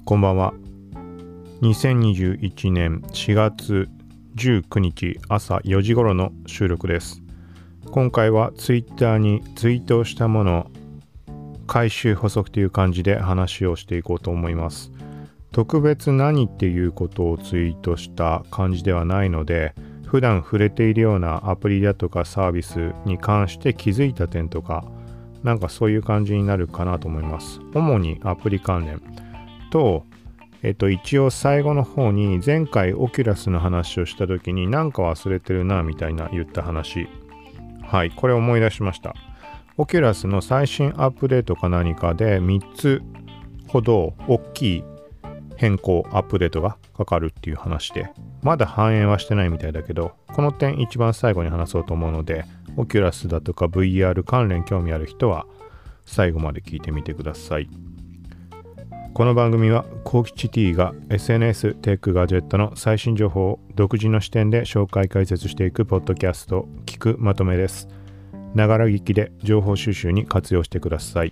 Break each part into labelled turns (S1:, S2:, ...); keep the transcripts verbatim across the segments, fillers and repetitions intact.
S1: こんばんは。にせんにじゅういちねんしがつじゅうくにち朝よじ頃の収録です。今回はツイッターにツイートをしたもの回収補足という感じで話をしていこうと思います。特別何っていうことをツイートした感じではないので、普段触れているようなアプリだとかサービスに関して気づいた点とか、なんかそういう感じになるかなと思います。主にアプリ関連と、えっと一応最後の方に前回オキュラスの話をした時になんか忘れてるなみたいな言った話。はい、これ思い出しました。オキュラスの最新アップデートか何かでみっつほど大きい変更アップデートがかかるっていう話で、まだ反映はしてないみたいだけど、この点一番最後に話そうと思うので、オキュラスだとか ブイアール 関連興味ある人は最後まで聞いてみてください。この番組はコウキチ T が エスエヌエス テックガジェットの最新情報を独自の視点で紹介解説していくポッドキャスト聞くまとめです。ながら聞きで情報収集に活用してください。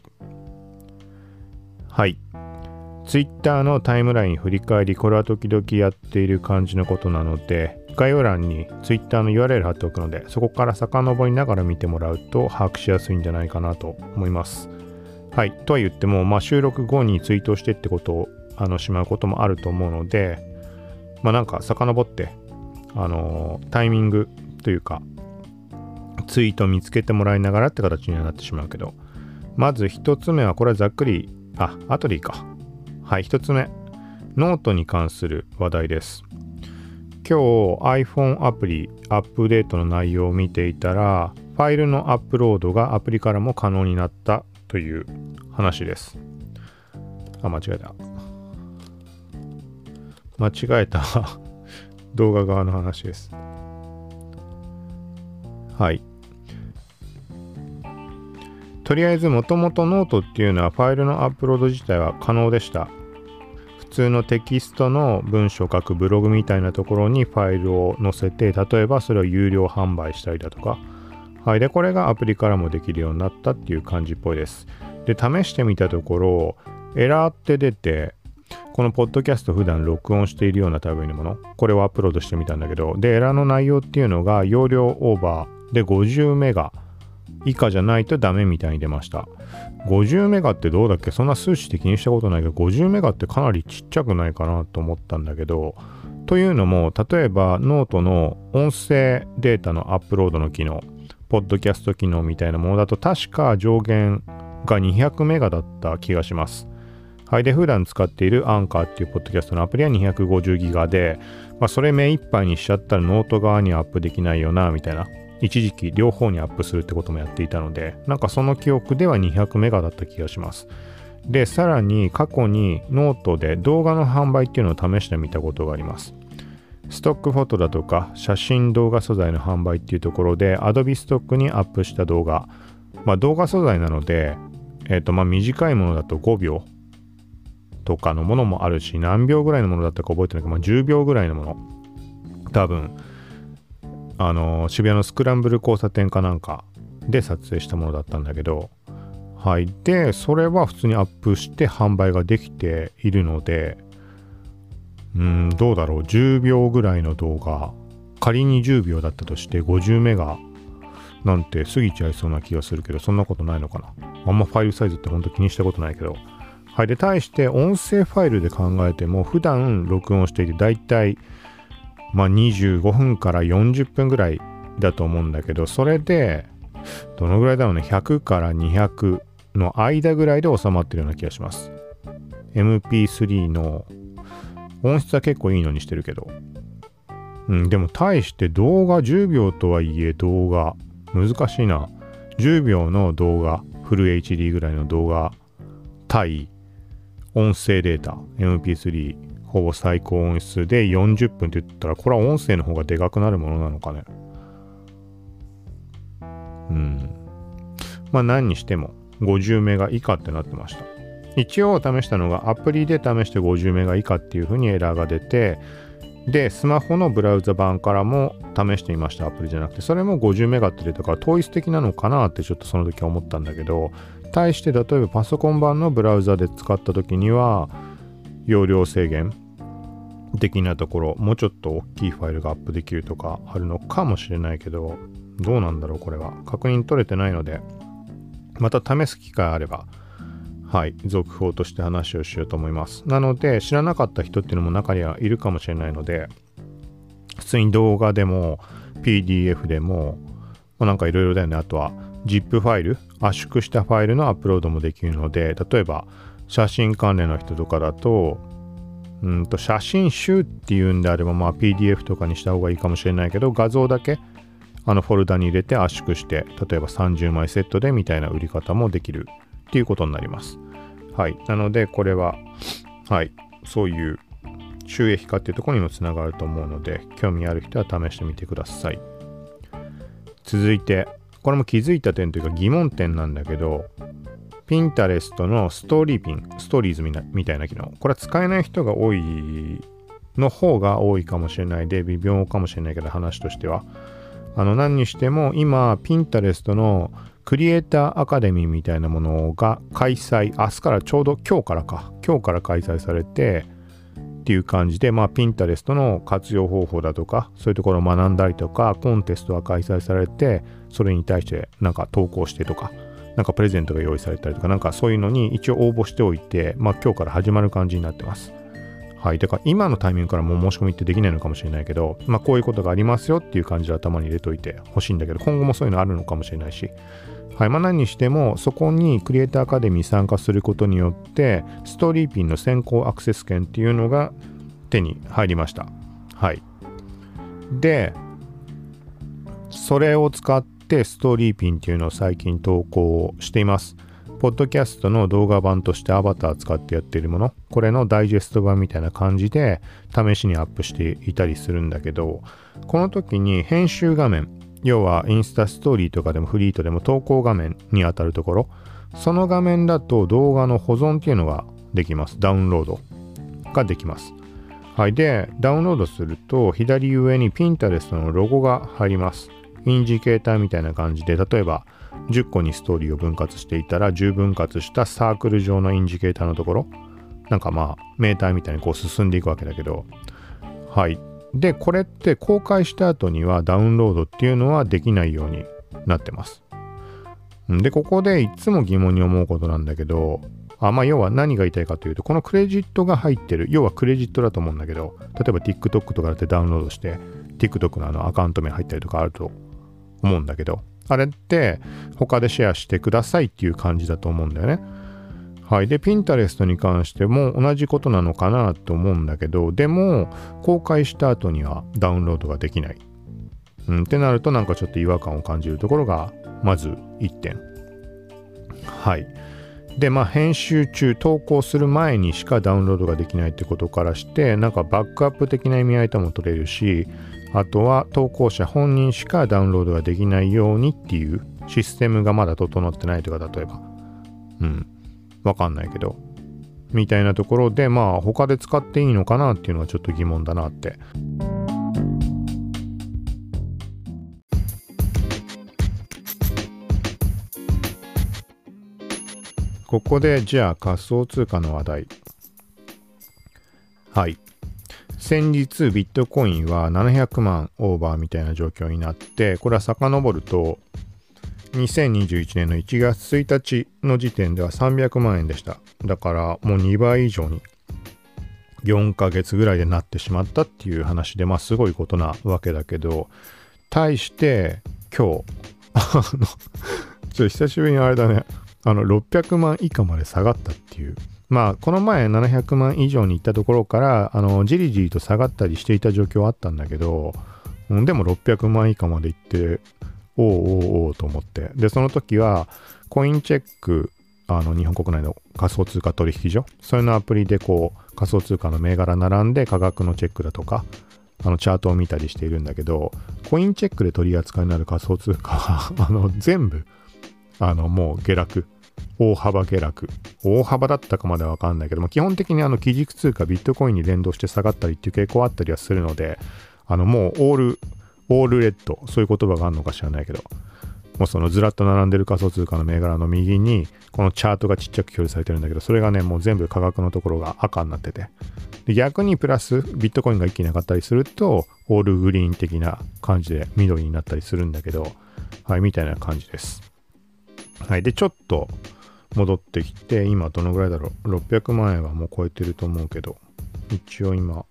S1: はい。ツイッターのタイムライン振り返り、これは時々やっている感じのことなので、概要欄にツイッターの ユーアールエル 貼っておくので、そこから遡りながら見てもらうと把握しやすいんじゃないかなと思います。はい。とは言っても、まあ、収録後にツイートしてってことをあのしまうこともあると思うので、まあなんか遡って、あのー、タイミングというか、ツイート見つけてもらいながらって形にはなってしまうけど、まず一つ目は、これはざっくり、あ、後でいいか。はい、一つ目。ノートに関する話題です。今日 iPhone アプリアップデートの内容を見ていたら、ファイルのアップロードがアプリからも可能になったという話です。あ、間違えた。間違えた動画側の話です。はい。とりあえずもともとノートっていうのはファイルのアップロード自体は可能でした。普通のテキストの文章を書くブログみたいなところにファイルを載せて、例えばそれを有料販売したりだとか、はい。で、これがアプリからもできるようになったっていう感じっぽいです。で、試してみたところ、エラーって出て、このポッドキャスト普段録音しているような類のもの、これをアップロードしてみたんだけど、で、エラーの内容っていうのが容量オーバーでごじゅうメガ以下じゃないとダメみたいに出ました。ごじゅうメガってどうだっけ？そんな数値で気にしたことないけど、ごじゅうメガってかなりちっちゃくないかなと思ったんだけど、というのも、例えばノートの音声データのアップロードの機能、ポッドキャスト機能みたいなものだと確か上限がにひゃくメガだった気がします。はい。で、普段使っているアンカーっていうポッドキャストのアプリはにひゃくごじゅうギガで、まあ、それ目いっぱいにしちゃったらノート側にはアップできないよな、みたいな。一時期両方にアップするってこともやっていたので、なんかその記憶ではにひゃくメガだった気がします。で、さらに過去にノートで動画の販売っていうのを試してみたことがあります。ストックフォトだとか写真動画素材の販売っていうところで Adobe ストックにアップした動画、まあ動画素材なので、えっとまあ短いものだとごびょうとかのものもあるし、何秒ぐらいのものだったか覚えてないけど、まあ、じゅうびょうぐらいのもの、多分あの渋谷のスクランブル交差点かなんかで撮影したものだったんだけど、はい。で、それは普通にアップして販売ができているので、うーん、どうだろう、じゅうびょうぐらいの動画、仮にじゅうびょうだったとしてごじゅうメガなんて過ぎちゃいそうな気がするけど、そんなことないのかな。あんまファイルサイズって本当気にしたことないけど。はい。で、対して音声ファイルで考えても、普段録音していてだいたいまあにじゅうごふんからよんじゅっぷんぐらいだと思うんだけど、それでどのぐらいだろうね、ひゃくからにひゃくの間ぐらいで収まってるような気がします。エムピースリー の音質は結構いいのにしてるけど、うん、でも対して動画じゅうびょうとはいえ動画難しいな。じゅうびょうの動画、フル エイチディー ぐらいの動画対音声データ エムピースリー ほぼ最高音質でよんじゅっぷんって言ったら、これは音声の方がでかくなるものなのかね。うん。まあ何にしてもごじゅうメガ以下ってなってました。一応試したのがアプリで試してごじゅうメガ以下っていう風にエラーが出て、で、スマホのブラウザ版からも試してみました。アプリじゃなくて。それもごじゅうメガって出たから統一的なのかなってちょっとその時は思ったんだけど、対して例えばパソコン版のブラウザで使った時には容量制限的なところ、もうちょっと大きいファイルがアップできるとかあるのかもしれないけど、どうなんだろう、これは確認取れてないので、また試す機会あれば、はい、続報として話をしようと思います。なので、知らなかった人っていうのも中にはいるかもしれないので、普通に動画でも ピーディーエフ でも、まあ、なんかいろいろだよね。あとは ジップ ファイル、圧縮したファイルのアップロードもできるので、例えば写真関連の人とかだと、うんと写真集っていうんであれば、まあ ピーディーエフ とかにした方がいいかもしれないけど、画像だけあのフォルダに入れて圧縮して、例えばさんじゅうまいセットでみたいな売り方もできるっていうことになります。はい。なので、これは、はい、そういう収益化っていうところにもつながると思うので、興味ある人は試してみてください。続いて、これも気づいた点というか疑問点なんだけど、Pinterest のストーリーピン、ストーリーズみたいな機能、これは使えない人が多いの方が多いかもしれないで、微妙かもしれないけど、話としては。あの、何にしても、今、Pinterest のクリエイターアカデミーみたいなものが開催、明日からちょうど今日からか、今日から開催されて、っていう感じで、まあ、Pinterest の活用方法だとか、そういうところを学んだりとか、コンテストが開催されて、それに対してなんか投稿してとか、なんかプレゼントが用意されたりとか、なんかそういうのに一応応募しておいて、まあ今日から始まる感じになってます。はい。だから今のタイミングからもう申し込みってできないのかもしれないけど、まあこういうことがありますよっていう感じで頭に入れといてほしいんだけど、今後もそういうのあるのかもしれないし、はい。まあ何にしても、そこにクリエイターアカデミー参加することによって、ストーリーピンの先行アクセス権っていうのが手に入りました。はい。で、それを使ってストーリーピンっていうのを最近投稿しています。ポッドキャストの動画版としてアバター使ってやっているもの、これのダイジェスト版みたいな感じで試しにアップしていたりするんだけど、この時に編集画面、要はインスタストーリーとかでもフリートでも投稿画面に当たるところ、その画面だと動画の保存っていうのができます。ダウンロードができます。はい。で、ダウンロードすると左上に Pinterest のロゴが入ります。インジケーターみたいな感じで、例えばじゅっこにストーリーを分割していたらじゅう分割したサークル状のインジケーターのところ、なんかまあメーターみたいにこう進んでいくわけだけど、はい。で、これって公開した後にはダウンロードっていうのはできないようになってます。で、ここでいつも疑問に思うことなんだけど、あまあ要は何が言いたいかというと、このクレジットが入ってる、要はクレジットだと思うんだけど、例えば TikTok とかだってダウンロードして TikTok のあのアカウント名入ったりとかあると思うんだけど、あれって他でシェアしてくださいっていう感じだと思うんだよね。はい。で、Pinterest に関しても同じことなのかなと思うんだけど、でも公開した後にはダウンロードができない。うん、ってなるとなんかちょっと違和感を感じるところがまずいってん。はい。で、まあ編集中、投稿する前にしかダウンロードができないってことからして、なんかバックアップ的な意味合いとも取れるし、あとは投稿者本人しかダウンロードができないようにっていうシステムがまだ整ってないとか、例えば。うん。わかんないけど。みたいなところで、まあ他で使っていいのかなっていうのはちょっと疑問だなって。ここでじゃあ仮想通貨の話題。はい。先日ビットコインはななひゃくまんオーバーみたいな状況になって、これは遡るとにせんにじゅういちねんのいちがつついたちの時点ではさんびゃくまんえんでした。だからもうにばい以上によんかげつぐらいでなってしまったっていう話で、まあすごいことなわけだけど、対して今日あのちょっと久しぶりにあれだね、あのろっぴゃくまん以下まで下がったっていう。まあこの前ななひゃくまん以上に行ったところからあのじりじりと下がったりしていた状況はあったんだけど、でもろっぴゃくまん以下まで行っておうおうおうと思って、でその時はコインチェック、あの日本国内の仮想通貨取引所、それのアプリでこう仮想通貨の銘柄並んで価格のチェックだとかあのチャートを見たりしているんだけど、コインチェックで取り扱いになる仮想通貨はあの全部あのもう下落、大幅下落、大幅だったかまでは分かんないけども、基本的にあの基軸通貨ビットコインに連動して下がったりっていう傾向あったりはするので、あのもうオールオールレッド、そういう言葉があるのか知らないけど、 もうそのずらっと並んでる仮想通貨の銘柄の右にこのチャートがちっちゃく表示されてるんだけど、それがねもう全部価格のところが赤になってて、で逆にプラスビットコインが一気に上がったりするとオールグリーン的な感じで緑になったりするんだけど、はい、みたいな感じです。はい、でちょっと戻ってきて、今どのぐらいだろう、ろっぴゃくまんえんはもう超えてると思うけど、一応今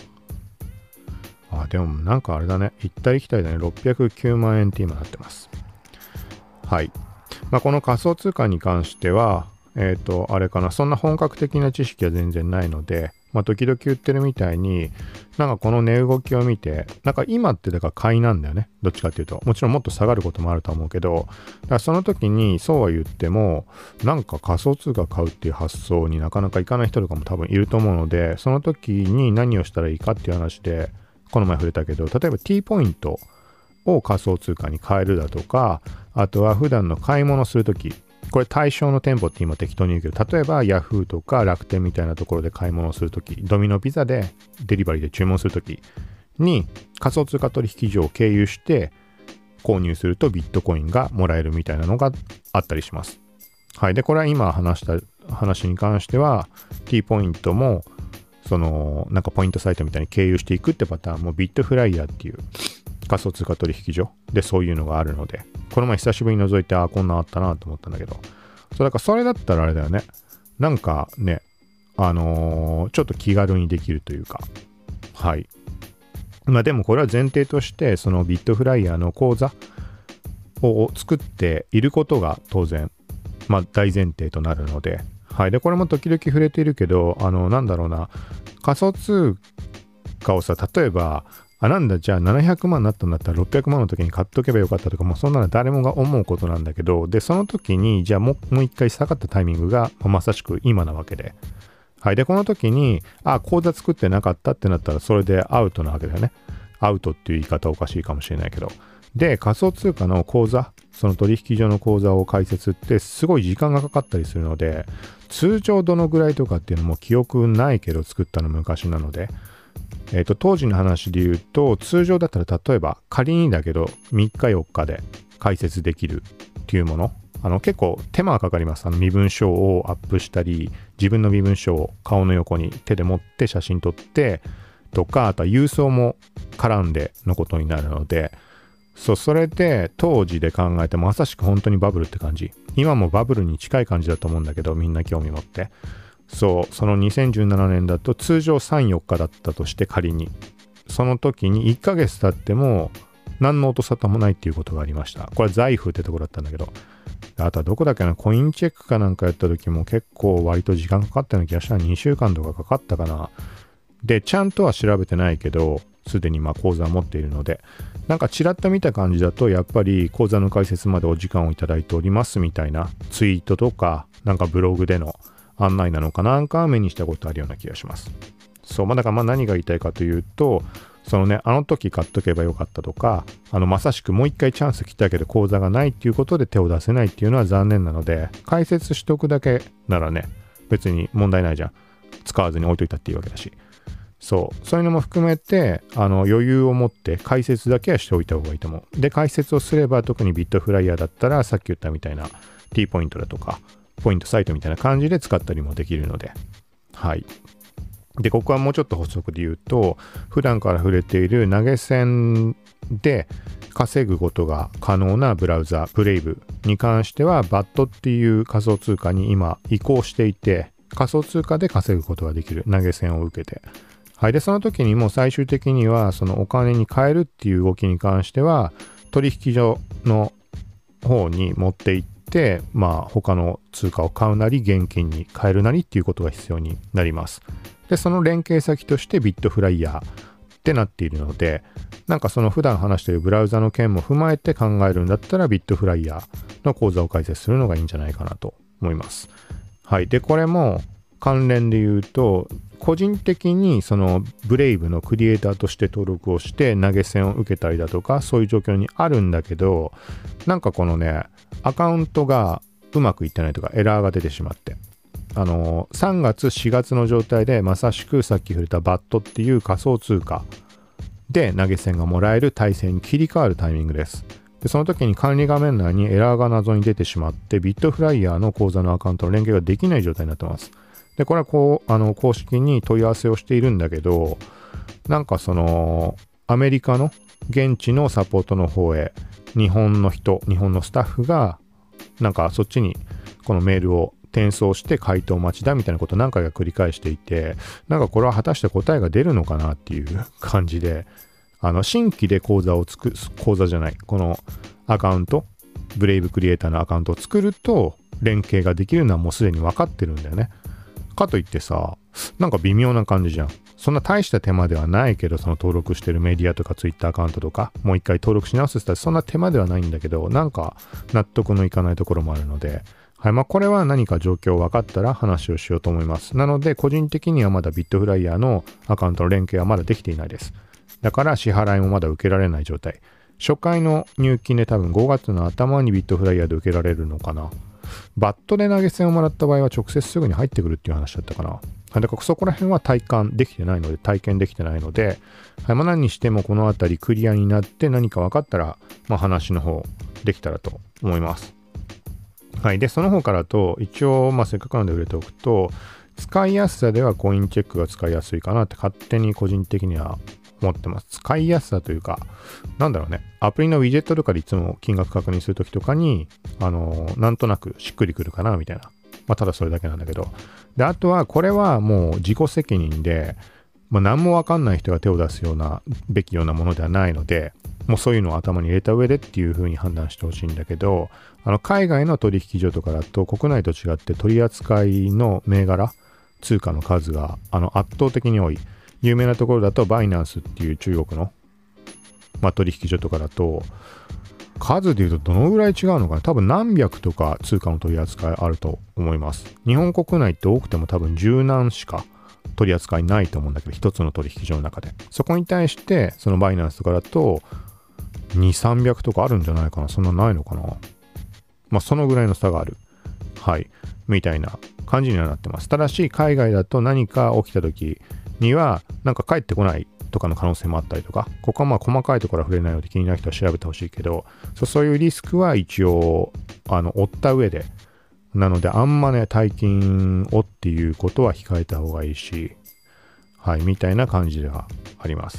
S1: あでもなんかあれだね、行ったり来たりだね、ろっぴゃくきゅうまんえんって今なってます。はい。まあ、この仮想通貨に関しては、えっと、あれかな、そんな本格的な知識は全然ないので、まあ、時々言ってるみたいに、なんかこの値動きを見て、なんか今ってだから買いなんだよね。どっちかっていうと。もちろんもっと下がることもあると思うけど、だからその時にそうは言っても、なんか仮想通貨買うっていう発想になかなかいかない人とかも多分いると思うので、その時に何をしたらいいかっていう話で、この前触れたけど、例えば T ポイントを仮想通貨に変えるだとか、あとは普段の買い物するとき、これ対象の店舗って今適当に言うけど、例えば Yahoo とか楽天みたいなところで買い物をするとき、ドミノピザでデリバリーで注文するときに仮想通貨取引所を経由して購入するとビットコインがもらえるみたいなのがあったりします。はい。で、これは今話した話に関しては T ポイントもそのなんかポイントサイトみたいに経由していくってパターンもビットフライヤーっていう仮想通貨取引所でそういうのがあるので、この前久しぶりに覗いて、あ、こんなんあったなと思ったんだけど、そうだからそれだったらあれだよね、なんかね、あのー、ちょっと気軽にできるというか、はい。まあでもこれは前提としてそのビットフライヤーの口座を作っていることが当然まあ大前提となるので、はい。でこれも時々触れているけど、あのなんだろうな、仮想通貨をさ、例えばあ、なんだ、じゃあななひゃくまんになったんだったらろっぴゃくまんの時に買っとけばよかったとか、もうそんなの誰もが思うことなんだけど、で、その時に、じゃあもう、もう一回下がったタイミングが、まあ、まさしく今なわけで。はい。で、この時に、あ、口座作ってなかったってなったら、それでアウトなわけだよね。アウトっていう言い方おかしいかもしれないけど。で、仮想通貨の口座、その取引所の口座を開設ってすごい時間がかかったりするので、通常どのぐらいとかっていうのも記憶ないけど作ったの昔なので、えーと、当時の話で言うと、通常だったら例えば仮にだけどみっかよっかで開設できるっていうもの、あの結構手間がかかります。あの身分証をアップしたり、自分の身分証を顔の横に手で持って写真撮ってとか、あとは郵送も絡んでのことになるので、そう、それで当時で考えてまさしく本当にバブルって感じ。今もバブルに近い感じだと思うんだけど、みんな興味持って。そう、そのにせんじゅうななねんだと通常さん、よっかだったとして仮に、その時にいっかげつ経っても何の音沙汰もないっていうことがありました。これは財布ってところだったんだけど、あとはどこだっけな、コインチェックかなんかやった時も結構割と時間かかったような気がしたらにしゅうかんとかかかったかな。で、ちゃんとは調べてないけど、すでにまあ口座を持っているので、なんかちらっと見た感じだとやっぱり口座の開設までお時間をいただいておりますみたいなツイートとか、なんかブログでの案内なのかなんか目にしたことあるような気がします。そう、まあだからまあ何が言いたいかというと、そのね、あの時買っとけばよかったとか、あのまさしくもう一回チャンス来たけど口座がないっていうことで手を出せないっていうのは残念なので、開設しとくだけならね、別に問題ないじゃん。使わずに置いといたっていうわけだし。そう、そういうのも含めて、あの余裕を持って解説だけはしておいた方がいいと思う。で、解説をすれば特にビットフライヤーだったら、さっき言ったみたいな T ポイントだとか、ポイントサイトみたいな感じで使ったりもできるので、はい。で、ここはもうちょっと補足で言うと、普段から触れている投げ銭で稼ぐことが可能なブラウザ、ブレイブに関しては、バットっていう仮想通貨に今移行していて、仮想通貨で稼ぐことができる、投げ銭を受けて。はい。で、その時にもう最終的には、そのお金に換えるっていう動きに関しては、取引所の方に持っていって、まあ、他の通貨を買うなり、現金に換えるなりっていうことが必要になります。で、その連携先としてビットフライヤーってなっているので、なんかその普段話しているブラウザの件も踏まえて考えるんだったら、ビットフライヤーの口座を開設するのがいいんじゃないかなと思います。はい。で、これも関連で言うと、個人的にそのブレイブのクリエイターとして登録をして投げ銭を受けたりだとか、そういう状況にあるんだけど、なんかこのね、アカウントがうまくいってないとかエラーが出てしまって、あのさんがつしがつの状態でまさしくさっき触れたバットっていう仮想通貨で投げ銭がもらえる体制に切り替わるタイミングです。でで、その時に管理画面内にエラーが謎に出てしまって、ビットフライヤーの口座のアカウントの連携ができない状態になってます。で、これはこう、あの、公式に問い合わせをしているんだけど、なんかその、アメリカの現地のサポートの方へ、日本の人、日本のスタッフが、なんかそっちにこのメールを転送して回答待ちだみたいなことを何回か繰り返していて、なんかこれは果たして答えが出るのかなっていう感じで、あの、新規で口座を作る、口座じゃない、このアカウント、ブレイブクリエイターのアカウントを作ると連携ができるのはもうすでに分かってるんだよね。かといってさ、なんか微妙な感じじゃん。そんな大した手間ではないけど、その登録してるメディアとかツイッターアカウントとか、もう一回登録し直すって言ったらそんな手間ではないんだけど、なんか納得のいかないところもあるので、はい、まあこれは何か状況分かったら話をしようと思います。なので、個人的にはまだビットフライヤーのアカウントの連携はまだできていないです。だから支払いもまだ受けられない状態。初回の入金で多分ごがつの頭にビットフライヤーで受けられるのかな。バットで投げ銭をもらった場合は直接すぐに入ってくるっていう話だったかな。だからそこら辺は体感できてないので、体験できてないので、はい、まあ何にしてもこのあたりクリアになって何か分かったら、まあ話の方できたらと思います。はい。で、その方からと、一応、まあせっかくなので触れておくと、使いやすさではコインチェックが使いやすいかなって勝手に個人的には思ってます。使いやすさというか、なんだろうね。アプリのウィジェットとかでいつも金額確認するときとかに、あのー、なんとなくしっくりくるかな、みたいな。まあ、ただそれだけなんだけど。で、あとは、これはもう自己責任で、まあ、何もわかんない人が手を出すような、べきようなものではないので、もうそういうのを頭に入れた上でっていう風に判断してほしいんだけど、あの、海外の取引所とかだと、国内と違って取り扱いの銘柄、通貨の数が、あの、圧倒的に多い。有名なところだと、バイナンスっていう中国の、まあ、取引所とかだと、数で言うとどのぐらい違うのかな。多分何百とか通貨の取り扱いあると思います。日本国内って多くても多分十何しか取り扱いないと思うんだけど、一つの取引所の中で。そこに対して、そのバイナンスとかだと、に、さんびゃくとかあるんじゃないかな。そんなないのかな。まあ、そのぐらいの差がある。はい。みたいな感じにはなってます。ただし、海外だと何か起きた時には、なんか帰ってこないとかの可能性もあったりとか、ここはまあ細かいところは触れないので気になる人は調べてほしいけど、そそういうリスクは一応、あの、追った上で、なのであんまね、大金をっていうことは控えた方がいいし、はい、みたいな感じではあります。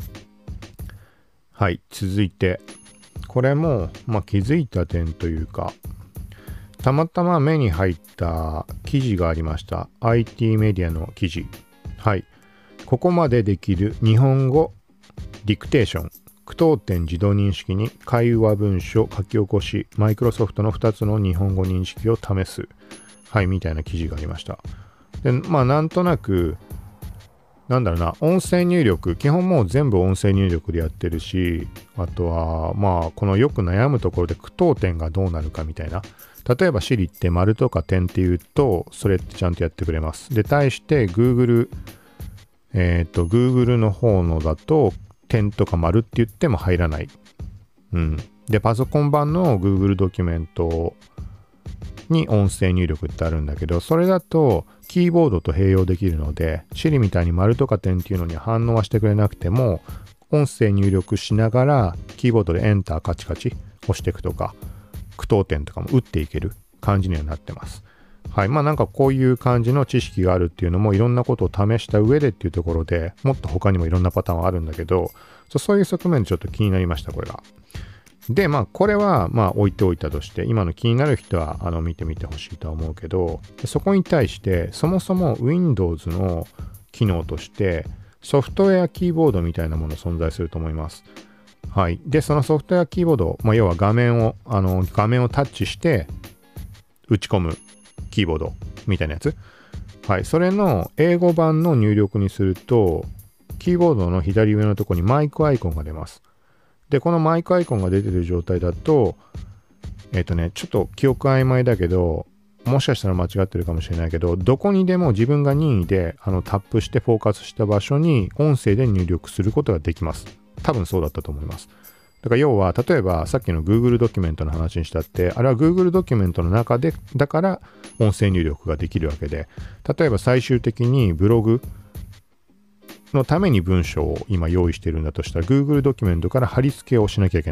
S1: はい、続いて、これも、まあ気づいた点というか、たまたま目に入った記事がありました。アイティー メディアの記事。はい。ここまでできる日本語ディクテーション、句読点自動認識に会話文書書き起こし、マイクロソフトのふたつの日本語認識を試す。はい、みたいな記事がありました。で、まあなんとなく、なんだろうな、音声入力、基本もう全部音声入力でやってるし、あとは、まあこのよく悩むところで句読点がどうなるかみたいな。例えば Siri って丸とか点って言うと、それってちゃんとやってくれます。で、対して Google、えっと、Google の方のだと、点とか丸って言っても入らない。うん。で、パソコン版の Google ドキュメントに音声入力ってあるんだけど、それだとキーボードと併用できるので、Siri みたいに丸とか点っていうのに反応はしてくれなくても、音声入力しながら、キーボードでエンターカチカチ押していくとか、句読点とかも打っていける感じにはなってます。はい。まあなんかこういう感じの知識があるっていうのもいろんなことを試した上でっていうところでもっと他にもいろんなパターンはあるんだけど、そういう側面でちょっと気になりました、これが。で、まあこれはまあ置いておいたとして、今の気になる人はあの見てみてほしいとは思うけど、そこに対してそもそも Windows の機能としてソフトウェアキーボードみたいなもの存在すると思います。はい。で、そのソフトウェアキーボード、まあ要は画面を、あの画面をタッチして打ち込むキーボードみたいなやつ。はい。それの英語版の入力にすると、キーボードの左上のところにマイクアイコンが出ます。で、このマイクアイコンが出てる状態だと、えっとね、ちょっと記憶曖昧だけど、もしかしたら間違ってるかもしれないけど、どこにでも自分が任意であのタップしてフォーカスした場所に音声で入力することができます。多分そうだったと思います。だから要は、例えばさっきの Google ドキュメントの話にしたって、あれは Google ドキュメントの中で、だから音声入力ができるわけで、例えば最終的にブログのために文章を今用意しているんだとしたら、Google ドキュメントから貼り付けをしなきゃいけない。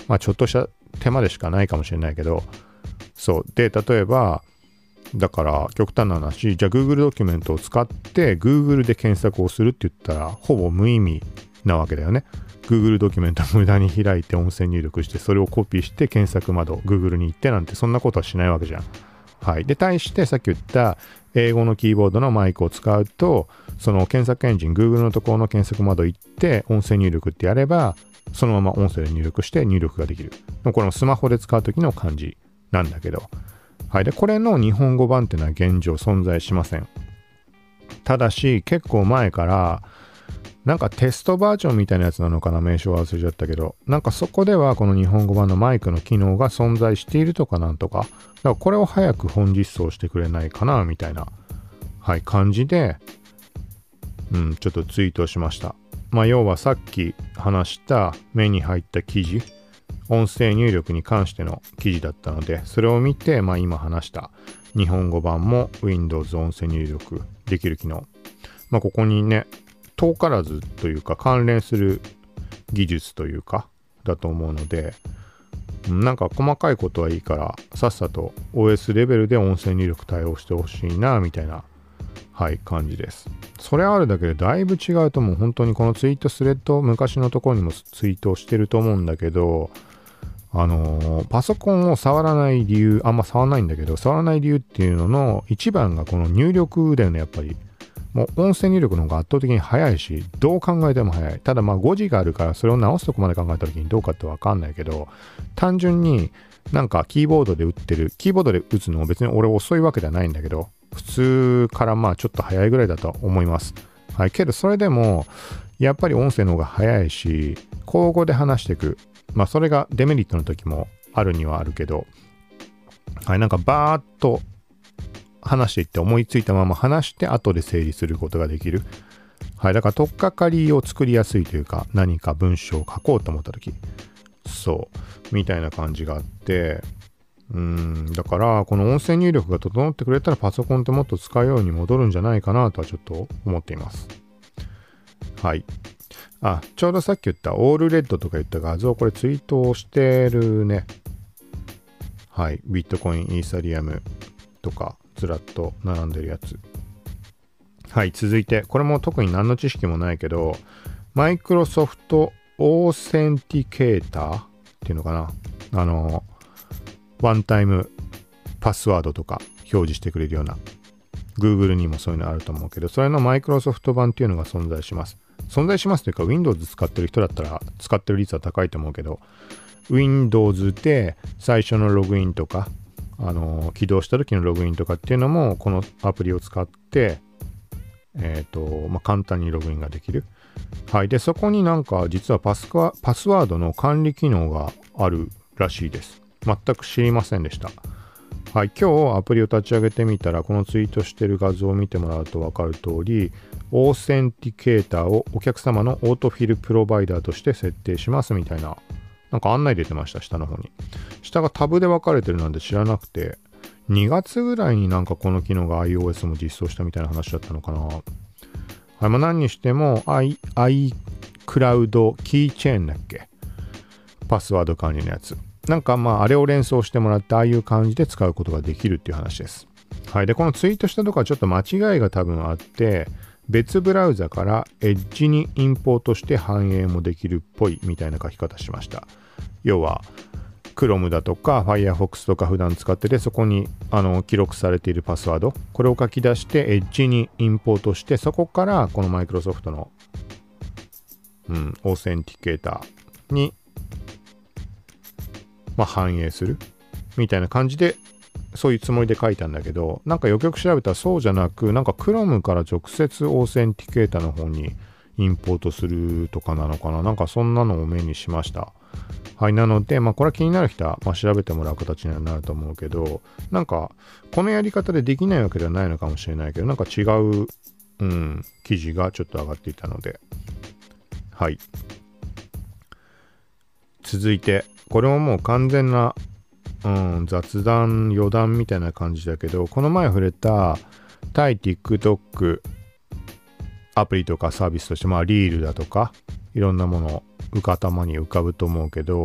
S1: まあちょっとした手間でしかないかもしれないけど、そうで例えばだから極端な話、じゃあ Google ドキュメントを使って Google で検索をするって言ったらほぼ無意味なわけだよね。 Google ドキュメントを無駄に開いて音声入力してそれをコピーして検索窓 Google に行ってなんてそんなことはしないわけじゃん。はい。で対してさっき言った英語のキーボードのマイクを使うと、その検索エンジン Google のところの検索窓行って音声入力ってやればそのまま音声で入力して入力ができる。これもスマホで使う時の感じなんだけど、はい。でこれの日本語版っていうのは現状存在しません。ただし結構前からなんかテストバージョンみたいなやつなのかな、名称忘れちゃったけど、なんかそこではこの日本語版のマイクの機能が存在しているとかなんとか、だからこれを早く本実装してくれないかなみたいな、はい、感じで、うん、ちょっとツイートしました。まあ要はさっき話した目に入った記事、音声入力に関しての記事だったので、それを見て、まあ今話した日本語版も Windows 音声入力できる機能、まあここにね、遠からずというか関連する技術というかだと思うので、なんか細かいことはいいからさっさと オーエス レベルで音声入力対応してほしいなみたいな、はい感じです。それあるだけでだいぶ違うと思う。本当にこのツイートスレッド昔のところにもツイートをしてると思うんだけど、あのー、パソコンを触らない理由、あんま触らないんだけど触らない理由っていうのの一番がこの入力だよね。やっぱりもう音声入力の方が圧倒的に早いし、どう考えても早い。ただまあ誤字があるからそれを直すとこまで考えた時にどうかってわかんないけど、単純になんかキーボードで打ってる、キーボードで打つのも別に俺遅いわけではないんだけど、普通からまあちょっと早いぐらいだと思います。はい。けどそれでもやっぱり音声の方が早いし、口語で話していく。まあそれがデメリットの時もあるにはあるけど、はい。なんかバーっと話していって思いついたまま話して後で整理することができる。はい。だから取っかかりを作りやすいというか、何か文章を書こうと思った時、そうみたいな感じがあって、うーんだからこの音声入力が整ってくれたらパソコンってもっと使うように戻るんじゃないかなとはちょっと思っています。はい。あ、ちょうどさっき言ったオールレッドとか言った画像、これツイートをしてるね。はい。ビットコイン、イーサリアムとかずらっと並んでるやつ。はい。続いて、これも特に何の知識もないけど、マイクロソフトオーセンティケーターっていうのかな。あの、ワンタイムパスワードとか表示してくれるような、Google にもそういうのあると思うけど、それのマイクロソフト版っていうのが存在します。存在しますというか、Windows 使ってる人だったら使ってる率は高いと思うけど、Windows で最初のログインとか、あの起動した時のログインとかっていうのもこのアプリを使って、えっと、まあ、簡単にログインができる。はい。で、そこになんか実はパスワ、パスワードの管理機能があるらしいです。全く知りませんでした。はい。今日アプリを立ち上げてみたら、このツイートしてる画像を見てもらうと分かる通り、オーセンティケーターをお客様のオートフィルプロバイダーとして設定しますみたいな、なんか案内出てました、下の方に。下がタブで分かれてるなんて知らなくて、にがつぐらいになんかこの機能が iOS も実装したみたいな話だったのかな。はい。まあ、何にしても i、iCloud キーチェーンだっけ？パスワード管理のやつ。なんかまああれを連想してもらってああいう感じで使うことができるっていう話です。はい。で、このツイートしたとこはちょっと間違いが多分あって、別ブラウザから Edge にインポートして反映もできるっぽいみたいな書き方しました。要は Chrome だとか Firefox とか普段使ってて、そこにあの記録されているパスワード、これを書き出して Edge にインポートして、そこからこの Microsoft の、うん、オーセンティケーターにまあ、反映するみたいな感じで、そういうつもりで書いたんだけど、なんかよくよく調べたらそうじゃなく、なんか Chrome から直接オーセンティケーターの方にインポートするとかなのかな。なんかそんなのを目にしました。はい。なので、まあこれは気になる人は、まあ、調べてもらう形にはなると思うけど、なんかこのやり方でできないわけではないのかもしれないけど、なんか違う、うん、記事がちょっと上がっていたので、はい。続いて、これももう完全な、うん、雑談余談みたいな感じだけど、この前触れた対 TikTok アプリとかサービスとして、まあリールだとかいろんなもの浮か頭に浮かぶと思うけど、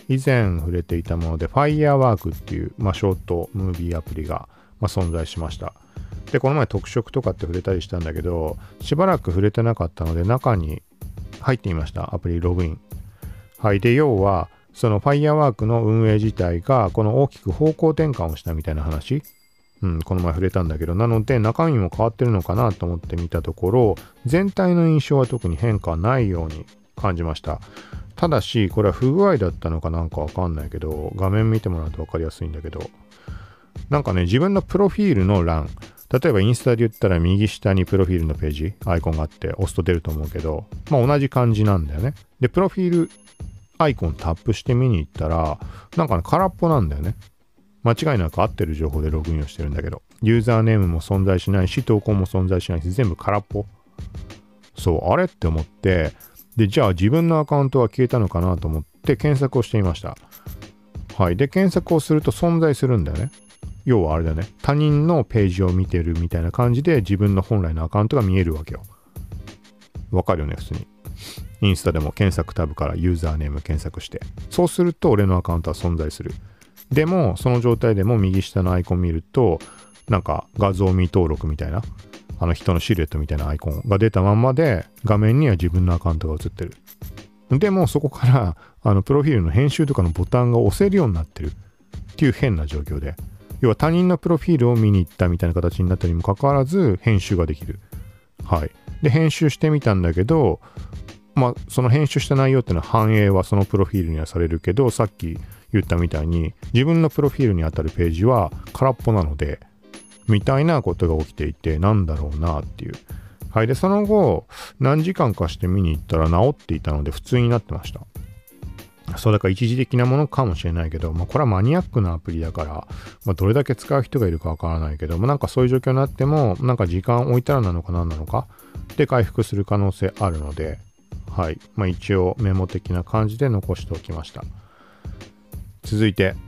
S1: 以前触れていたもので Firework っていう、まあ、ショートムービーアプリが、まあ、存在しました。でこの前特色とかって触れたりしたんだけど、しばらく触れてなかったので中に入ってみました。アプリログイン。はい。で要はその Firework の運営自体がこの大きく方向転換をしたみたいな話、うん、この前触れたんだけど、なので中身も変わってるのかなと思ってみたところ、全体の印象は特に変化ないように感じました。ただしこれは不具合だったのかなんかわかんないけど、画面見てもらうとわかりやすいんだけど、なんかね、自分のプロフィールの欄、例えばインスタで言ったら右下にプロフィールのページアイコンがあって押すと出ると思うけど、まあ同じ感じなんだよね。でプロフィールアイコンタップして見に行ったら、なんかね空っぽなんだよね。間違いなく合ってる情報でログインをしてるんだけど、ユーザーネームも存在しないし、投稿も存在しないし、全部空っぽ。そう、あれって思って、で、じゃあ自分のアカウントは消えたのかなと思って検索をしてみました。はい。で、検索をすると存在するんだよね。要はあれだね。他人のページを見てるみたいな感じで自分の本来のアカウントが見えるわけよ。わかるよね、普通に。インスタでも検索タブからユーザーネーム検索して。そうすると俺のアカウントは存在する。でもその状態でも右下のアイコン見るとなんか画像未登録みたいな、あの人のシルエットみたいなアイコンが出たまんまで、画面には自分のアカウントが映ってる。でもそこからあのプロフィールの編集とかのボタンが押せるようになってるっていう変な状況で、要は他人のプロフィールを見に行ったみたいな形になったにもかかわらず編集ができる。はい。で編集してみたんだけど、まあその編集した内容っていうのは反映はそのプロフィールにはされるけど、さっき言ったみたいに自分のプロフィールにあたるページは空っぽなので、みたいなことが起きていて、なんだろうなっていう。はい。でその後何時間かして見に行ったら治っていたので普通になってました。そうだから一時的なものかもしれないけど、まあこれはマニアックなアプリだから、まあ、どれだけ使う人がいるかわからないけど、まあ、なんかそういう状況になってもなんか時間置いたらなのか何なのかで回復する可能性あるので、はい。まあ一応メモ的な感じで残しておきました。続いて、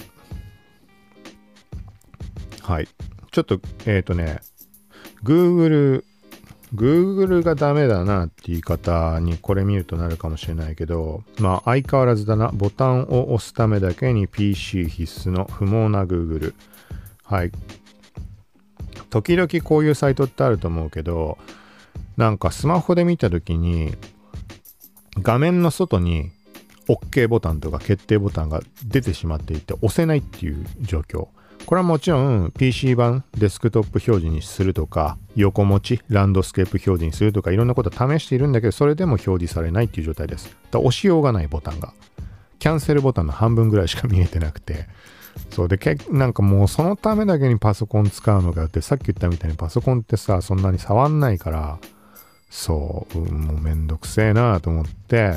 S1: はい。ちょっと、えっとね、Google、Google がダメだなって言い方にこれ見るとなるかもしれないけど、まあ相変わらずだな、ボタンを押すためだけに ピーシー 必須の不毛な Google。はい。時々こういうサイトってあると思うけど、なんかスマホで見たときに、画面の外にOK ボタンとか決定ボタンが出てしまっていて押せないっていう状況。これはもちろん ピーシー 版デスクトップ表示にするとか、横持ちランドスケープ表示にするとか、いろんなこと試しているんだけど、それでも表示されないっていう状態です。だから押しようがないボタンが、キャンセルボタンの半分ぐらいしか見えてなくて、そうで、けなんかもうそのためだけにパソコン使うのかって、さっき言ったみたいにパソコンってさ、そんなに触んないから、そう、うん、もうめんどくせえなと思って、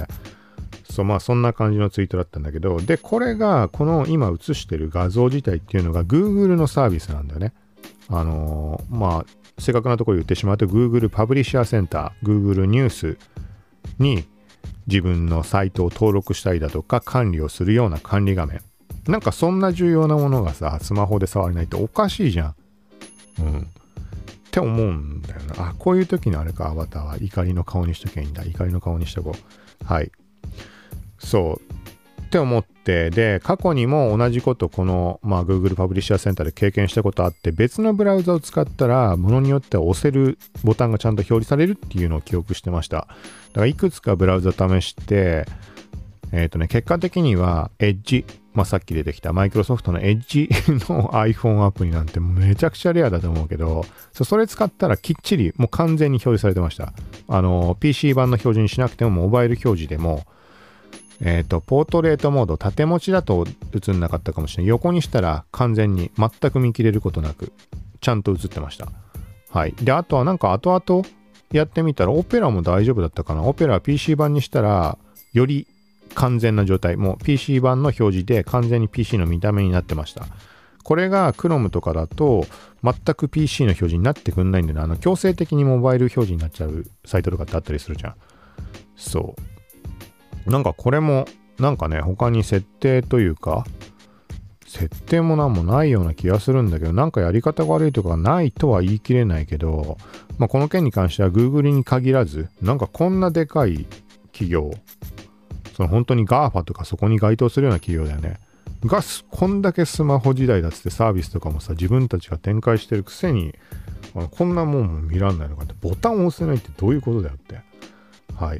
S1: そう、まあそんな感じのツイートだったんだけど、で、これが、この今映してる画像自体っていうのが Google のサービスなんだよね。あのー、まあ、正確なところ言ってしまうと Google パブリッシャーセンター、Google ニュースに自分のサイトを登録したりだとか管理をするような管理画面。なんかそんな重要なものがさ、スマホで触れないとおかしいじゃん。うん。って思うんだよな。あ、こういう時のあれか、アバターは怒りの顔にしときゃいいんだ。怒りの顔にしとこう。はい。そうって思って、で過去にも同じことこの、まあ、Google パブリッシャーセンターで経験したことあって、別のブラウザを使ったらものによっては押せるボタンがちゃんと表示されるっていうのを記憶してました。だからいくつかブラウザ試してえっとね結果的には Edge、まあ、さっき出てきたマイクロソフトの Edge の iPhone アプリなんてめちゃくちゃレアだと思うけど、それ使ったらきっちりもう完全に表示されてました。あの ピーシー 版の表示にしなくてもモバイル表示でも、えっと、ポートレートモード、縦持ちだと映んなかったかもしれない。横にしたら完全に全く見切れることなく、ちゃんと映ってました。はい。で、あとはなんか後々やってみたら、オペラも大丈夫だったかな。オペラは ピーシー 版にしたら、より完全な状態、もう ピーシー 版の表示で完全に ピーシー の見た目になってました。これが Chrome とかだと、全く ピーシー の表示になってくんないんだよな。あの、強制的にモバイル表示になっちゃうサイトとかってあったりするじゃん。そう。なんかこれもなんかね他に設定というか設定もなんもないような気がするんだけど、なんかやり方が悪いとかないとは言い切れないけど、まあこの件に関しては Google に限らずなんかこんなでかい企業その本当に ガーファ とかそこに該当するような企業だよね。が、こんだけスマホ時代だっつってサービスとかもさ、自分たちが展開してるくせに、あのこんなもんも見らんないのかって、ボタンを押せないってどういうことだよって。はい。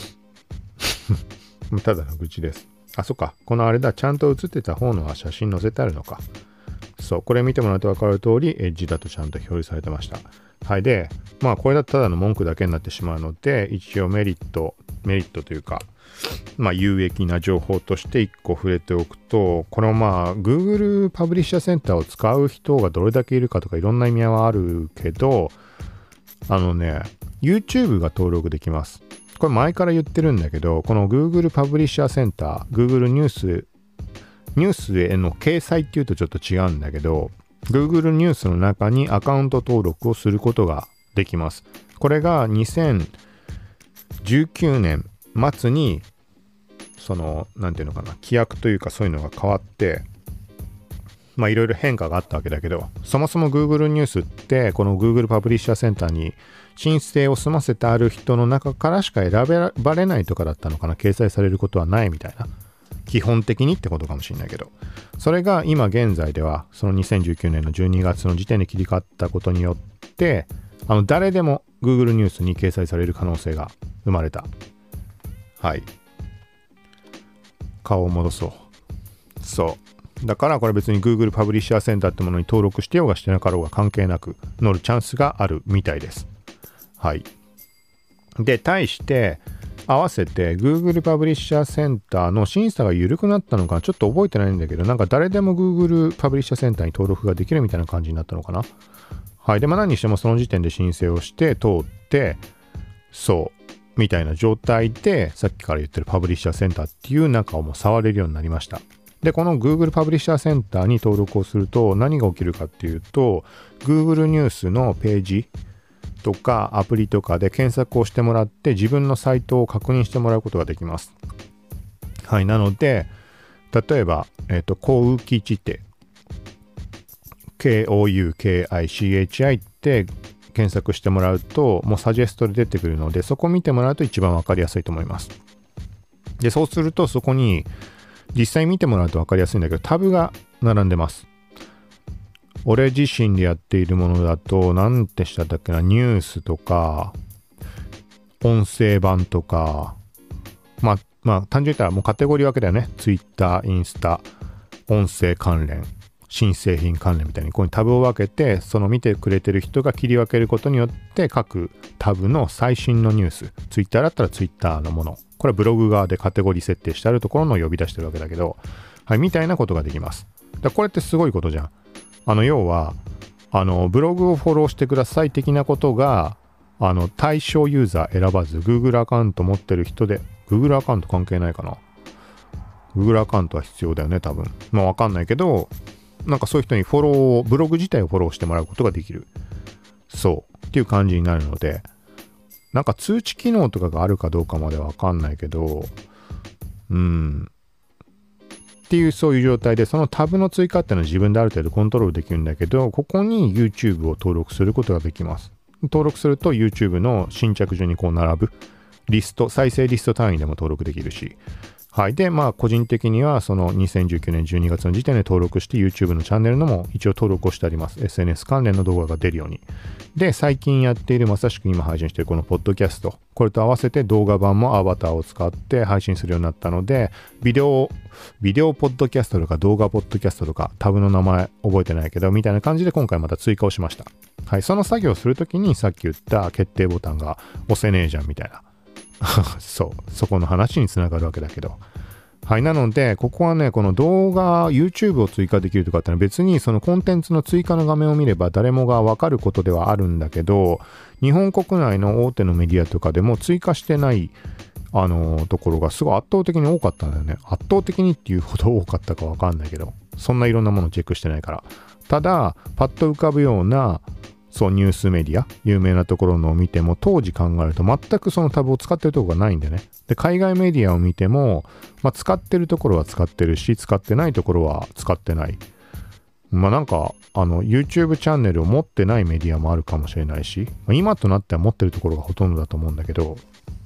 S1: ただの愚痴です。あ、そっか。このあれだ、ちゃんと写ってた方の写真載せてあるのか。そう、これ見てもらうと分かる通り、エッジだとちゃんと表示されてました。はい。で、まあ、これだとただの文句だけになってしまうので、一応メリット、メリットというか、まあ、有益な情報としていっこ触れておくと、このまあ、Google パブリッシャーセンターを使う人がどれだけいるかとかいろんな意味合いはあるけど、あのね、YouTube が登録できます。これ前から言ってるんだけど、この Google パブリッシャーセンター、Google ニュース、ニュースへの掲載っていうとちょっと違うんだけど、Google ニュースの中にアカウント登録をすることができます。これがにせんじゅうきゅうねん末に、その、なんていうのかな、規約というかそういうのが変わって、まあいろいろ変化があったわけだけど、そもそも Google ニュースって、この Google パブリッシャーセンターに申請を済ませてある人の中からしか選ばれないとかだったのかな、掲載されることはないみたいな。基本的にってことかもしれないけど、それが今現在ではそのにせんじゅうきゅうねんのじゅうにがつの時点で切り替わったことによって、あの誰でも Google ニュースに掲載される可能性が生まれた。はい。顔を戻そう。そう。だからこれ別に Google パブリッシャーセンターってものに登録してようがしてなかろうが関係なく乗るチャンスがあるみたいです。はい。で、対して合わせて Google パブリッシャーセンターの審査が緩くなったのかちょっと覚えてないんだけど、なんか誰でも Google パブリッシャーセンターに登録ができるみたいな感じになったのかな。はい。で、まあ何にしてもその時点で申請をして通って、そうみたいな状態でさっきから言ってるパブリッシャーセンターっていう中をもう触れるようになりました。で、この Google パブリッシャーセンターに登録をすると何が起きるかっていうと、Google ニュースのページとかアプリとかで検索をしてもらって自分のサイトを確認してもらうことができます。はい。なので、例えば、えっと、コウキチテ、ケーオーユーケーアイシーエイチアイ って検索してもらうと、もうサジェストで出てくるので、そこ見てもらうと一番わかりやすいと思います。で、そうするとそこに実際見てもらうとわかりやすいんだけど、タブが並んでます。俺自身でやっているものだと、なんてしたんだっけな、ニュースとか、音声版とか、まあ、まあ、単純に言ったらもうカテゴリー分けだよね。Twitter、インスタ、音声関連、新製品関連みたいに、ここにタブを分けて、その見てくれてる人が切り分けることによって、各タブの最新のニュース、Twitter だったら Twitter のもの、これはブログ側でカテゴリー設定してあるところの呼び出してるわけだけど、はい、みたいなことができます。だこれってすごいことじゃん。あの、要は、あの、ブログをフォローしてください的なことが、あの、対象ユーザー選ばず、Google アカウント持ってる人で、Google アカウント関係ないかな。Google アカウントは必要だよね、多分。まあ、わかんないけど、なんかそういう人にフォローを、ブログ自体をフォローしてもらうことができる。そう。っていう感じになるので、なんか通知機能とかがあるかどうかまでわかんないけど、うん。っていうそういう状態で、そのタブの追加っていうのは自分である程度コントロールできるんだけど、ここに YouTube を登録することができます。登録すると YouTube の新着順にこう並ぶリスト、再生リスト単位でも登録できるし、はい。で、まあ、個人的には、そのにせんじゅうきゅうねんじゅうにがつの時点で登録して YouTube のチャンネルのも一応登録をしてあります。エスエヌエス 関連の動画が出るように。で、最近やっている、まさしく今配信しているこのポッドキャスト。これと合わせて動画版もアバターを使って配信するようになったので、ビデオ、ビデオポッドキャストとか動画ポッドキャストとかタブの名前覚えてないけど、みたいな感じで今回また追加をしました。はい。その作業をするときにさっき言った決定ボタンが押せねえじゃんみたいな。そう。そこの話につながるわけだけど。はい。なので、ここはね、この動画、YouTube を追加できるとかってのは別にそのコンテンツの追加の画面を見れば誰もがわかることではあるんだけど、日本国内の大手のメディアとかでも追加してない、あのー、ところがすごい圧倒的に多かったんだよね。圧倒的にっていうほど多かったかわかんないけど、そんないろんなものをチェックしてないから。ただ、パッと浮かぶような、そう、ニュースメディア、有名なところのを見ても、当時考えると全くそのタブを使ってるところがないんでね。で、海外メディアを見ても、まあ、使ってるところは使ってるし、使ってないところは使ってない。まあなんか、あの、YouTube チャンネルを持ってないメディアもあるかもしれないし、まあ、今となっては持ってるところがほとんどだと思うんだけど、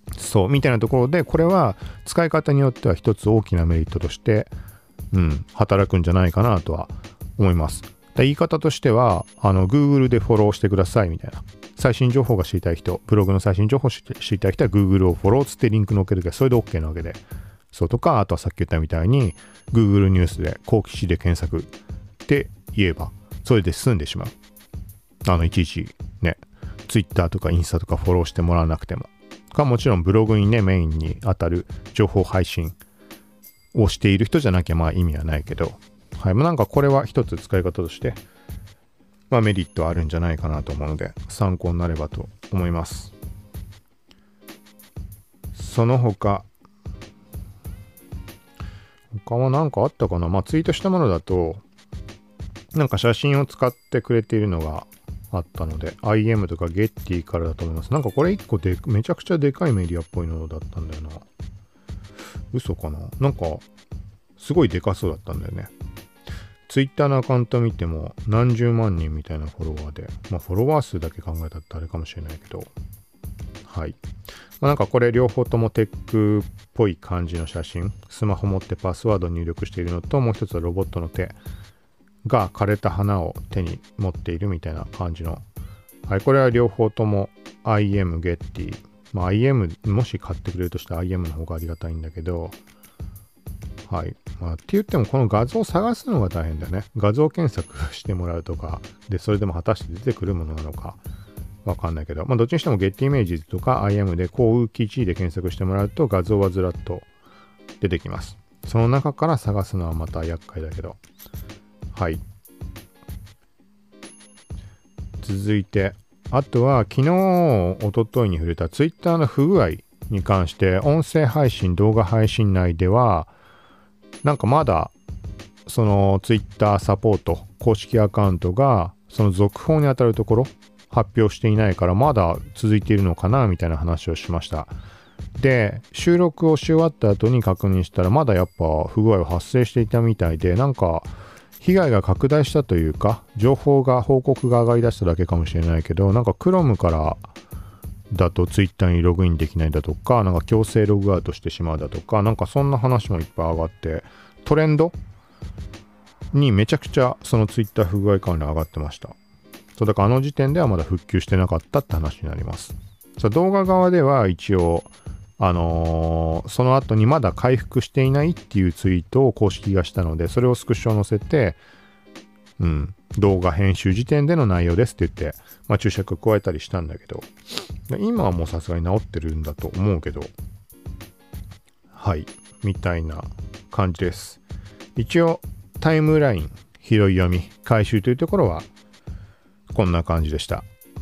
S1: そう、みたいなところで、これは使い方によっては一つ大きなメリットとして、うん、働くんじゃないかなとは思います。言い方としては、あの、Google でフォローしてくださいみたいな。最新情報が知りたい人、ブログの最新情報を知りたい人は Google をフォローつってリンク載っけるけど、それで OK なわけで。そうとか、あとはさっき言ったみたいに、Google ニュースで好奇心で検索って言えば、それで済んでしまう。あの、いちいちね、Twitter とかインスタとかフォローしてもらわなくても。かもちろんブログにね、メインに当たる情報配信をしている人じゃなきゃまあ意味はないけど、はい、もうなんかこれは一つ使い方として、まあメリットあるんじゃないかなと思うので、参考になればと思います。その他、他は何かあったかな。まあツイートしたものだと、なんか写真を使ってくれているのがあったので、アイエム とか Getty からだと思います。なんかこれ一個でめちゃくちゃでかいメディアっぽいのだったんだよな。嘘かな。なんかすごいでかそうだったんだよね。Twitter のアカウント見ても何十万人みたいなフォロワーで、まあフォロワー数だけ考えたらあれかもしれないけど、はい。まあ、なんかこれ両方ともテックっぽい感じの写真、スマホ持ってパスワード入力しているのと、もう一つはロボットの手が枯れた花を手に持っているみたいな感じの、はい、これは両方とも アイエム Getty、まあ アイエム もし買ってくれるとしたら アイエム の方がありがたいんだけど、はい。まあ、って言ってもこの画像を探すのが大変だよね。画像検索してもらうとか、で、それでも果たして出てくるものなのかわかんないけど、まあどっちにしても Getty Images とか アイエム でこう記事で検索してもらうと画像はずらっと出てきます。その中から探すのはまた厄介だけど。はい。続いて、あとは昨日、一昨日に触れた Twitter の不具合に関して、音声配信、動画配信内では、なんかまだ、その Twitter サポート、公式アカウントが、その続報に当たるところ、発表していないから、まだ続いているのかな、みたいな話をしました。で、収録をし終わった後に確認したら、まだやっぱ不具合は発生していたみたいで、なんか、被害が拡大したというか、情報が、報告が上がり出しただけかもしれないけど、なんか Chrome からだと Twitter にログインできないだとか、なんか強制ログアウトしてしまうだとか、なんかそんな話もいっぱい上がって、トレンドにめちゃくちゃその Twitter 不具合関連上がってました。そうだからあの時点ではまだ復旧してなかったって話になります。そう動画側では一応、あのー、その後にまだ回復していないっていうツイートを公式がしたので、それをスクショ載せて、うん、動画編集時点での内容ですって言って、まあ注釈加えたりしたんだけど、今はもうさすがに治ってるんだと思うけど、はい、みたいな感じです。一応、タイムライン、拾い読み、回収というところは、こんな感じでした。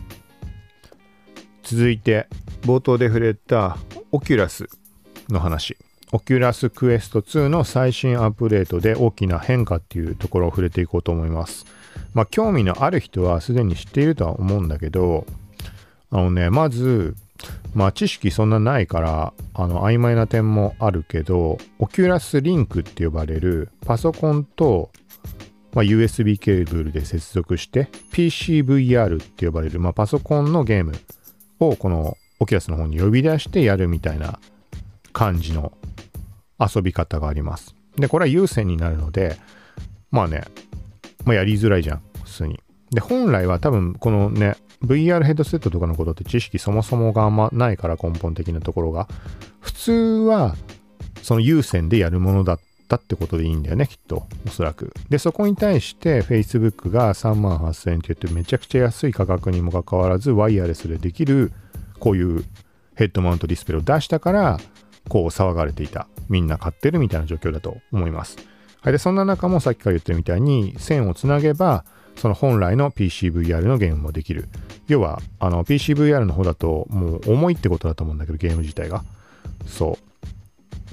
S1: 続いて、冒頭で触れた、オキュラスの話。オキュラスクエストツーの最新アップデートで大きな変化っていうところを触れていこうと思います。まあ興味のある人はすでに知っているとは思うんだけど、あのね、まず、まあ知識そんなないから、あの曖昧な点もあるけど、オキュラスリンクって呼ばれるパソコンと、まあ、ユーエスビー ケーブルで接続して ピーシーブイアール って呼ばれる、まあ、パソコンのゲームをこのオキュラスの方に呼び出してやるみたいな感じの遊び方があります。で、これは有線になるので、まあね、まあ、やりづらいじゃん、普通に。で、本来は多分このね、ブイアール ヘッドセットとかのことって知識そもそもがあんまないから根本的なところが。普通はその有線でやるものだったってことでいいんだよね、きっと。おそらく。で、そこに対して Facebook がさんまんはっせんえんって言ってめちゃくちゃ安い価格にもかかわらずワイヤレスでできるこういうヘッドマウントディスプレイを出したからこう騒がれていた。みんな買ってるみたいな状況だと思います。はい。で、そんな中もさっきから言ってるみたいに線をつなげばその本来の ピーシーブイアール のゲームもできる。要は、あの ピーシーブイアール の方だともう重いってことだと思うんだけど、ゲーム自体が。そう。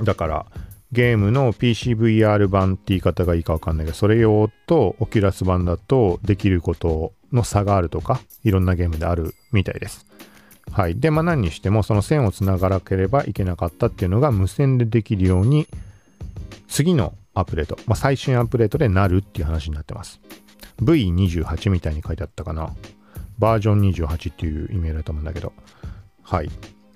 S1: だから、ゲームの ピーシーブイアール 版って言い方がいいかわかんないけど、それ用とオキュラス版だとできることの差があるとか、いろんなゲームであるみたいです。はい。で、まあ何にしてもその線をつながなければいけなかったっていうのが無線でできるように、次のアップデート、まあ最新アップデートでなるっていう話になってます。ブイにじゅうはち みたいに書いてあったかな。バージョンにじゅうはちっていう意味だと思うんだけど。はい。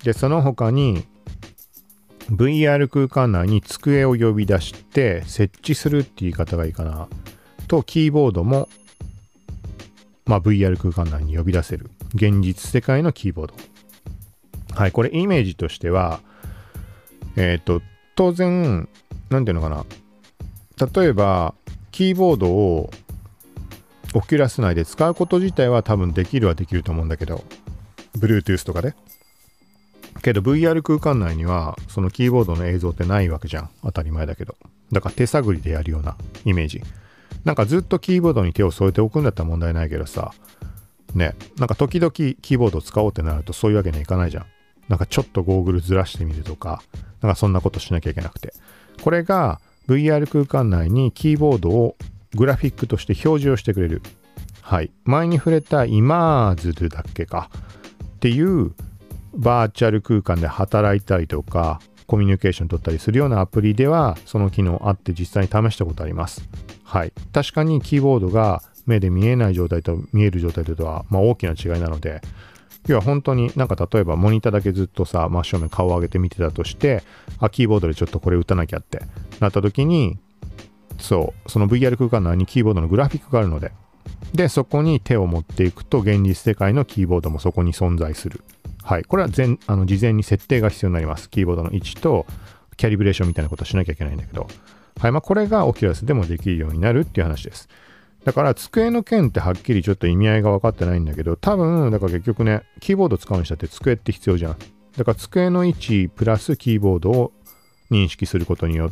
S1: で、その他に ブイアール 空間内に机を呼び出して設置するっていう言い方がいいかな。と、キーボードも、まあ、ブイアール 空間内に呼び出せる。現実世界のキーボード。はい、これイメージとしては、えっと、当然、なんていうのかな。例えば、キーボードをオキュラス内で使うこと自体は多分できるはできると思うんだけど、Bluetooth とかで。けど ブイアール 空間内にはそのキーボードの映像ってないわけじゃん。当たり前だけど。だから手探りでやるようなイメージ。なんかずっとキーボードに手を添えておくんだったら問題ないけどさ。ね。なんか時々キーボードを使おうってなるとそういうわけにはいかないじゃん。なんかちょっとゴーグルずらしてみるとか、なんかそんなことしなきゃいけなくて。これが ブイアール 空間内にキーボードをグラフィックとして表示をしてくれる。はい。前に触れたイマーズルだっけかっていうバーチャル空間で働いたりとかコミュニケーション取ったりするようなアプリではその機能あって実際に試したことあります。はい。確かにキーボードが目で見えない状態と見える状態とは、まあ、大きな違いなので、要は本当になんか例えばモニターだけずっとさ真正面顔を上げて見てたとして、あ、キーボードでちょっとこれ打たなきゃってなった時に、そうその ブイアール 空間内にキーボードのグラフィックがあるので、でそこに手を持っていくと現実世界のキーボードもそこに存在する。はい、これは全あの事前に設定が必要になります。キーボードの位置とキャリブレーションみたいなことをしなきゃいけないんだけど、はい、まあこれがオキュラスでもできるようになるっていう話です。だから机の件ってはっきりちょっと意味合いが分かってないんだけど、多分だから結局ね、キーボード使うにしたって机って必要じゃん。だから机の位置プラスキーボードを認識することによって、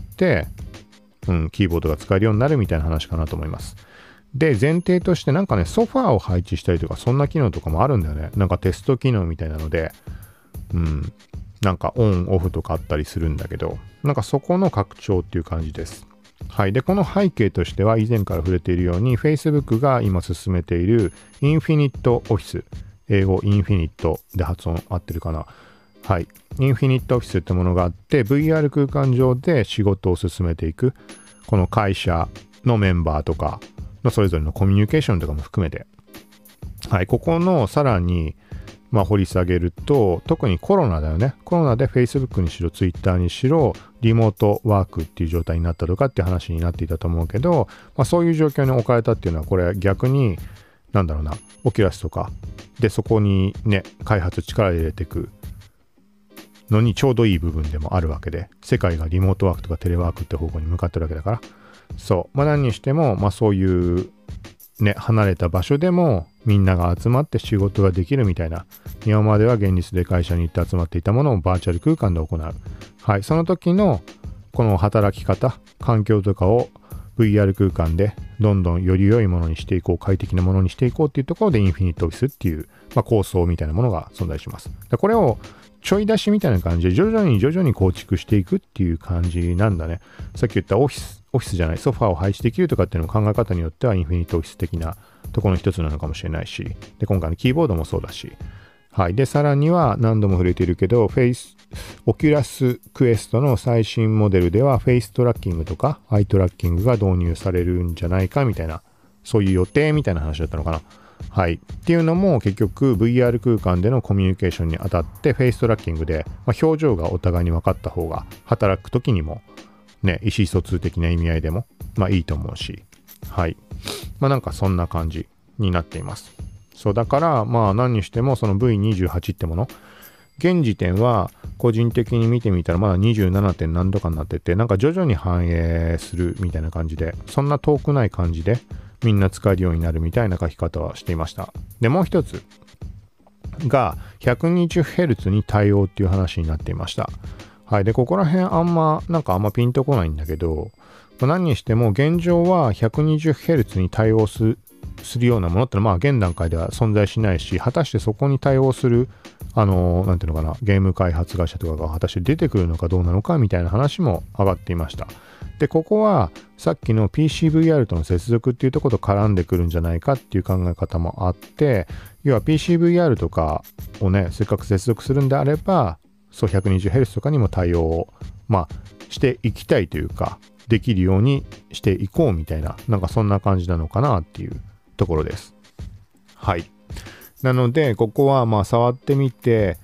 S1: うん、キーボードが使えるようになるみたいな話かなと思います。で、前提としてなんかね、ソファーを配置したりとか、そんな機能とかもあるんだよね。なんかテスト機能みたいなので、うん、なんかオン、オフとかあったりするんだけど、なんかそこの拡張っていう感じです。はい。で、この背景としては、以前から触れているように、Facebook が今進めているインフィニットオフィス。英語インフィニットで発音合ってるかな。はい。インフィニットオフィスってものがあって、ブイアール 空間上で仕事を進めていく。この会社のメンバーとか、のそれぞれのコミュニケーションとかも含めて、はい、ここのさらに、まあ、掘り下げると、特にコロナだよね。コロナで Facebook にしろ Twitter にしろリモートワークっていう状態になったとかっていう話になっていたと思うけど、まあ、そういう状況に置かれたっていうのはこれ逆になんだろうな、オキュラスとかでそこにね開発力入れていくのにちょうどいい部分でもあるわけで、世界がリモートワークとかテレワークって方向に向かってるわけだから、そう、まあ何にしても、まあそういうね、離れた場所でもみんなが集まって仕事ができるみたいな、今までは現実で会社に行って集まっていたものをバーチャル空間で行う。はい、その時のこの働き方、環境とかを ブイアール 空間でどんどんより良いものにしていこう、快適なものにしていこうっていうところでインフィニットオフィスっていう、まあ、構想みたいなものが存在します。でこれをちょい出しみたいな感じで徐々に徐々に構築していくっていう感じなんだね。さっき言ったオフィス、オフィスじゃない、ソファーを配置できるとかっていうのも考え方によってはインフィニットオフィス的なところの一つなのかもしれないし、で、今回のキーボードもそうだし、はい。で、さらには何度も触れているけど、フェイス、オキュラスクエストの最新モデルではフェイストラッキングとかアイトラッキングが導入されるんじゃないかみたいな、そういう予定みたいな話だったのかな。はい。っていうのも結局 ブイアール 空間でのコミュニケーションにあたってフェイストラッキングで、まあ、表情がお互いに分かった方が働く時にもね、意思疎通的な意味合いでもまあいいと思うし、はい。まあなんかそんな感じになっています。そうだからまあ何にしてもその ブイにじゅうはち ってもの、現時点は個人的に見てみたらまだにじゅうななてん何とかになってて、なんか徐々に反映するみたいな感じで、そんな遠くない感じでみんな使えるようになるみたいな書き方はしていました。で、もう一つが ひゃくにじゅうヘルツ に対応っていう話になっていました。はい。で、ここら辺あんま、なんかあんまピンとこないんだけど、何にしても現状は ひゃくにじゅうヘルツ に対応す、するようなものってのはまあ現段階では存在しないし、果たしてそこに対応する、あの、なんていうのかな、ゲーム開発会社とかが果たして出てくるのかどうなのかみたいな話も上がっていました。で、ここはさっきの ピーシーブイアール との接続っていうところと絡んでくるんじゃないかっていう考え方もあって、要は ピーシーブイアール とかをね、せっかく接続するんであれば、そう ひゃくにじゅうヘルツ とかにも対応を、まあ、していきたいというか、できるようにしていこうみたいな、なんかそんな感じなのかなっていうところです。はい。なので、ここはまあ触ってみて、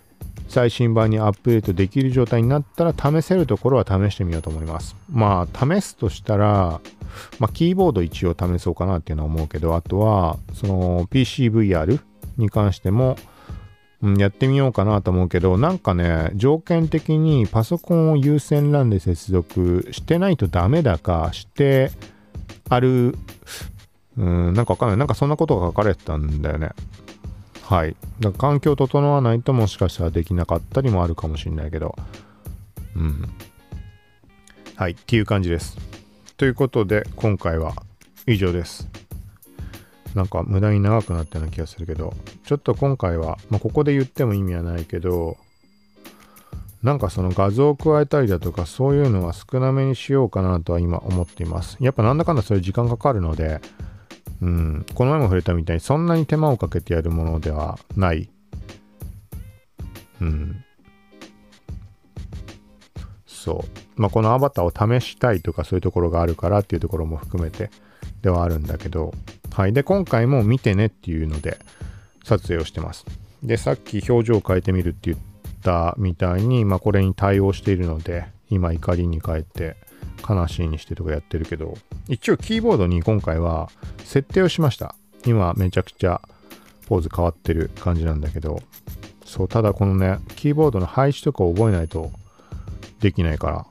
S1: 最新版にアップデートできる状態になったら試せるところは試してみようと思います。まあ試すとしたら、まあ、キーボード一応試そうかなっていうのは思うけど、あとはその ピーシーブイアール に関しても、うん、やってみようかなと思うけど、なんかね条件的にパソコンを有線 ラン で接続してないとダメだかしてある、うん、なんかわかんない、なんかそんなことが書かれてたんだよね。はい。だから環境整わないともしかしたらできなかったりもあるかもしれないけど。うん。はい。っていう感じです。ということで、今回は以上です。なんか無駄に長くなったような気がするけど、ちょっと今回は、まあ、ここで言っても意味はないけど、なんかその画像を加えたりだとか、そういうのは少なめにしようかなとは今思っています。やっぱなんだかんだそういう時間かかるので、うん、この前も触れたみたいにそんなに手間をかけてやるものではない。うん。そう。まあこのアバターを試したいとかそういうところがあるからっていうところも含めてではあるんだけど、はい。で、今回も見てねっていうので撮影をしてます。で、さっき表情を変えてみるって言ったみたいに、まあこれに対応しているので、今怒りに変えて、悲しいにしてとかやってるけど、一応キーボードに今回は設定をしました。今めちゃくちゃポーズ変わってる感じなんだけど、そう、ただこのね、キーボードの配置とか覚えないとできないから、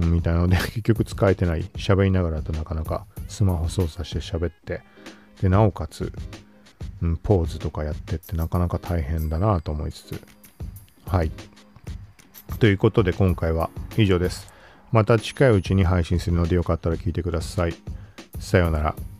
S1: みたいなので結局使えてない。喋りながらだとなかなかスマホ操作して喋って、で、なおかつ、うん、ポーズとかやってってなかなか大変だなと思いつつ。はい。ということで今回は以上です。また近いうちに配信するのでよかったら聞いてください。さようなら。